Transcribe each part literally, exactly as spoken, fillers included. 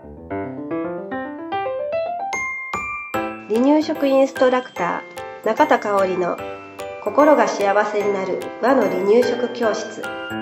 離乳食インストラクター中田香織の心が幸せになる和の離乳食教室。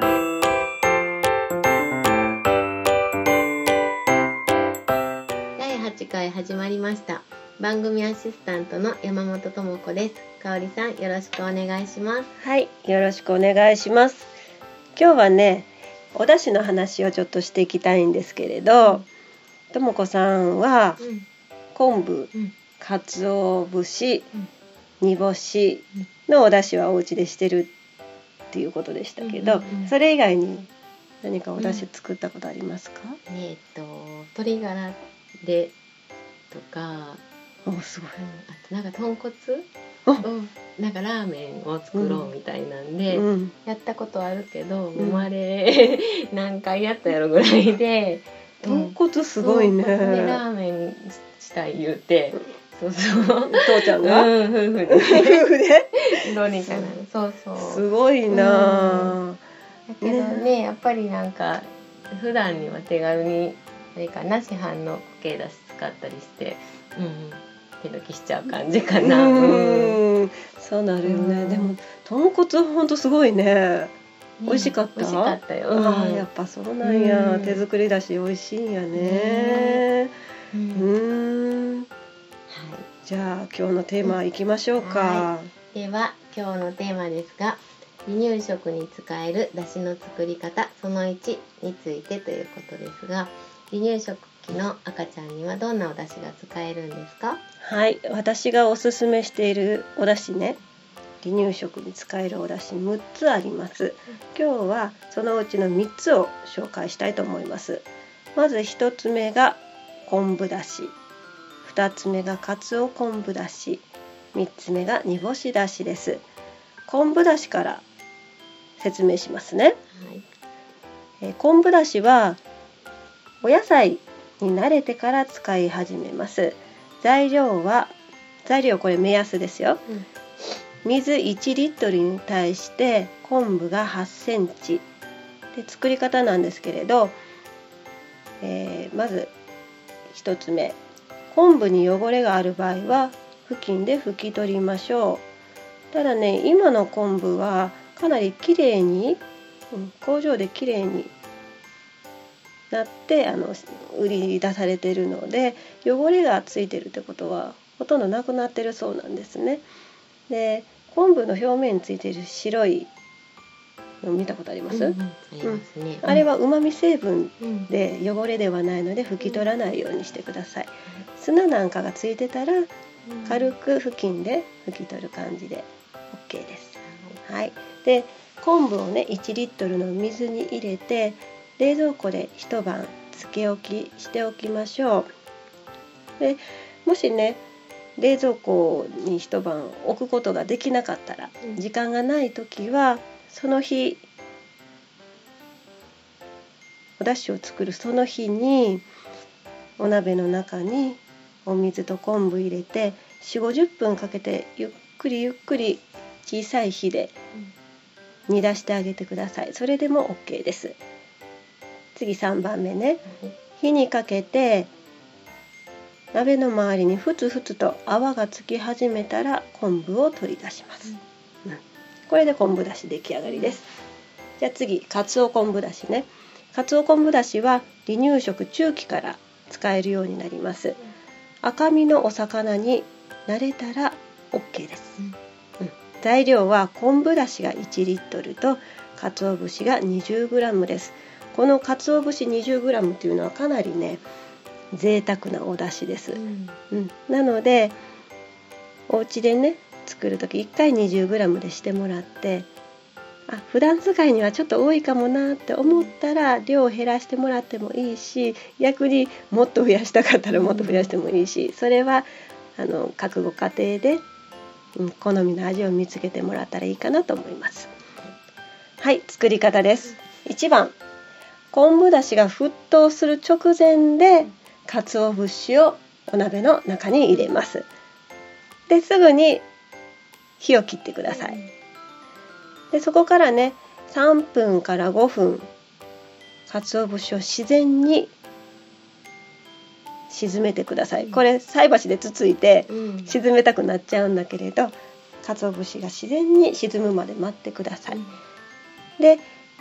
だいはちかい始まりました。番組アシスタントの山本智子です。香織さん、よろしくお願いします。 はい、よろしくお願いします。今日はね、お出汁の話をちょっとしていきたいんですけれど、智子さんは、うん、昆布、うん、鰹節、うん、煮干しのお出汁はお家でしてるっていうことでしたけど、うんうんうん、それ以外に何かお出汁作ったことありますか？ うん、えっと鶏ガラでとか、 おすごい、 うん、あとなんか豚骨をなんかラーメンを作ろうみたいなんで、うん、やったことあるけど、うん、もうあれ何回やったやろぐらいで、 豚骨すごいね。 でラーメンしたい言うて、そうそう父ちゃんが、うん、 夫婦で夫婦でどうにかなる。そうそうすごいな、うん、 だけど ね, ねやっぱりなんか普段には手軽にあれかな、市販の固形だし使ったりして、うん、手抜きしちゃう感じかな。 うん、そうなるよね、うん、でも豚骨ほんとすごいね。美味しかった？ 美味しかったよ、うん、 あやっぱそうなんや、うん、手作りだし美味しいんやね。うん、うん、はい、じゃあ今日のテーマいきましょうか、 はい、では今日のテーマですが、離乳食に使えるだしの作り方そのいちについてということですが、離乳食期の赤ちゃんにはどんなお出汁が使えるんですか？ はい、私がおすすめしているお出汁ね、離乳食に使えるお出汁むっつあります。今日はそのうちのみっつを紹介したいと思います。まずひとつめが昆布だし、ふたつめがかつお昆布だし、みっつめが煮干しだしです。昆布だしから説明しますね、はい、え昆布だしはお野菜に慣れてから使い始めます。材料は材料これ目安ですよ、うん、水いちリットルに対して昆布がはちセンチで、作り方なんですけれど、えー、まずひとつめ、昆布に汚れがある場合は布巾で拭き取りましょう。ただね、今の昆布はかなりきれいに、うん、工場できれいになってあの売り出されているので、汚れがついてるってことはほとんどなくなってるそうなんですね。で、昆布の表面についている白いの見たことあります？うんうん、ありますね、うん、あれはうまみ成分で汚れではないので拭き取らないようにしてください、うん、砂なんかがついてたら軽く布巾で拭き取る感じで OK です、うん、はい。で、昆布をねいちリットルの水に入れて冷蔵庫で一晩つけ置きしておきましょう。で、もしね冷蔵庫に一晩置くことができなかったら、うん、時間がないときはその日お出汁を作るその日にお鍋の中にお水と昆布入れて よんじゅうごじゅっぷんかけてゆっくりゆっくり小さい火で煮出してあげてください。それでも OK です。次さんばんめね、火にかけて鍋の周りにふつふつと泡がつき始めたら昆布を取り出します、うん、これで昆布だし出来上がりです。じゃあ次、かつお昆布だしね。かつお昆布だしは離乳食中期から使えるようになります。赤身のお魚に慣れたら OK です、うんうん、材料は昆布だしがいちリットルとかつお節が にじゅうグラム です。このかつお節 にじゅうグラム というのはかなりね贅沢なお出汁です、うんうん、なのでお家でね作るときいっかい にじゅうグラム でしてもらって、あ普段使いにはちょっと多いかもなって思ったら量を減らしてもらってもいいし、逆にもっと増やしたかったらもっと増やしてもいいし、それはあの各ご家庭で、うん、好みの味を見つけてもらったらいいかなと思います。はい、作り方です。いちばん、昆布だしが沸騰する直前で鰹節をお鍋の中に入れます。ですぐに火を切ってください。でそこからねさんぷんからごふん鰹節を自然に沈めてください。これ菜箸でつついてうん沈めたくなっちゃうんだけれど、鰹節が自然に沈むまで待ってください。で、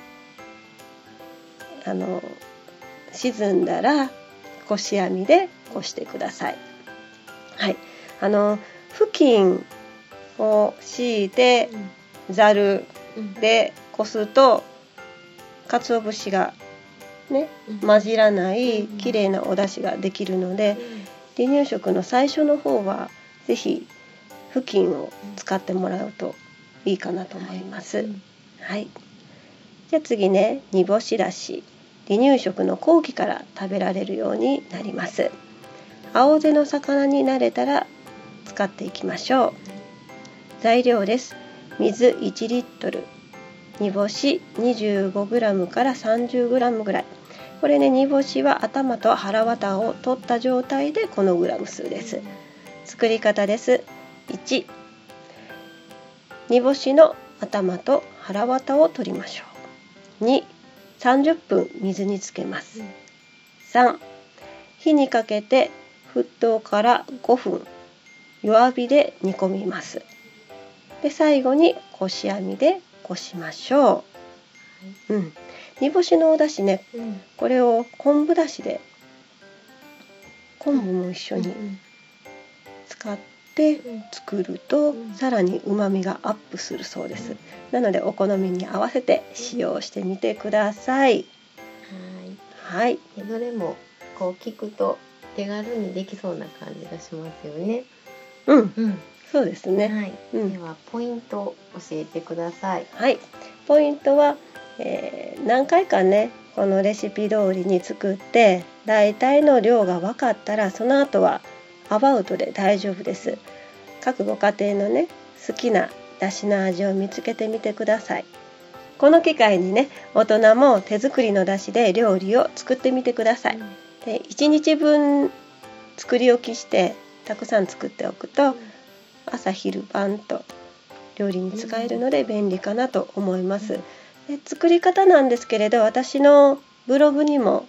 あの沈んだらこし網でこしてください。はい、あの布巾を敷いてざるでこすと鰹節がね混じらない綺麗なお出汁ができるので、離乳食の最初の方はぜひ布巾を使ってもらうといいかなと思います。はい、じゃあ次ね、煮干しだし、離乳食の後期から食べられるようになります。青背の魚に慣れたら使っていきましょう。材料です。水いちリットル、煮干し にじゅうごグラム から さんじゅうグラム ぐらい。これね、煮干しは頭と腹綿を取った状態でこのグラム数です。作り方です。いち、煮干しの頭と腹綿を取りましょう。に、さんじゅっぷん水につけます。さん、火にかけて沸騰からごふん弱火で煮込みます。で、最後にこし網でこしましょう。うん、煮干しのお出汁ね、これを昆布だしで昆布も一緒に使って作るとさらに旨味がアップするそうです。なのでお好みに合わせて使用してみてください。はい、 どれもこう聞くと手軽にできそうな感じがしますよね。 うん、うん、そうですね。 はい、 うん、 ではポイントを教えてください。 はい、ポイントは、えー、何回かねこのレシピ通りに作って大体の量が分かったら、その後はアバウトで大丈夫です。各ご家庭のね好きなだしの味を見つけてみてください。この機会にね、大人も手作りのだしで料理を作ってみてください。で、いちにちぶん作り置きしてたくさん作っておくと、朝昼晩と料理に使えるので便利かなと思います。で、作り方なんですけれど、私のブログにも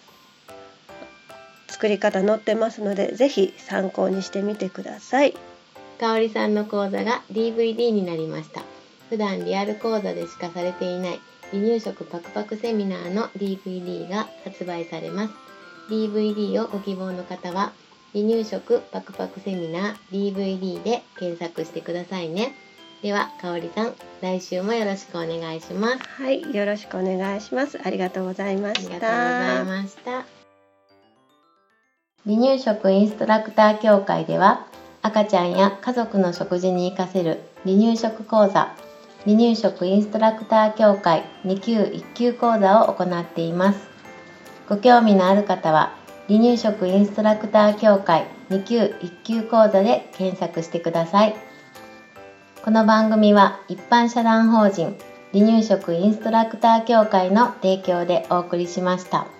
作り方載ってますので、ぜひ参考にしてみてください。 かおりさんの講座が ディーブイディー になりました。普段リアル講座でしかされていない離乳食パクパクセミナーの ディーブイディー が発売されます。 ディーブイディー をご希望の方は離乳食パクパクセミナー ディーブイディー で検索してくださいね。ではかおりさん、来週もよろしくお願いします。 はい、よろしくお願いします。ありがとうございました。 ありがとうございました。離乳食インストラクター協会では、赤ちゃんや家族の食事に活かせる離乳食講座、離乳食インストラクター協会に級いっ級講座を行っています。ご興味のある方は離乳食インストラクター協会に級いっ級講座で検索してください。この番組は一般社団法人離乳食インストラクター協会の提供でお送りしました。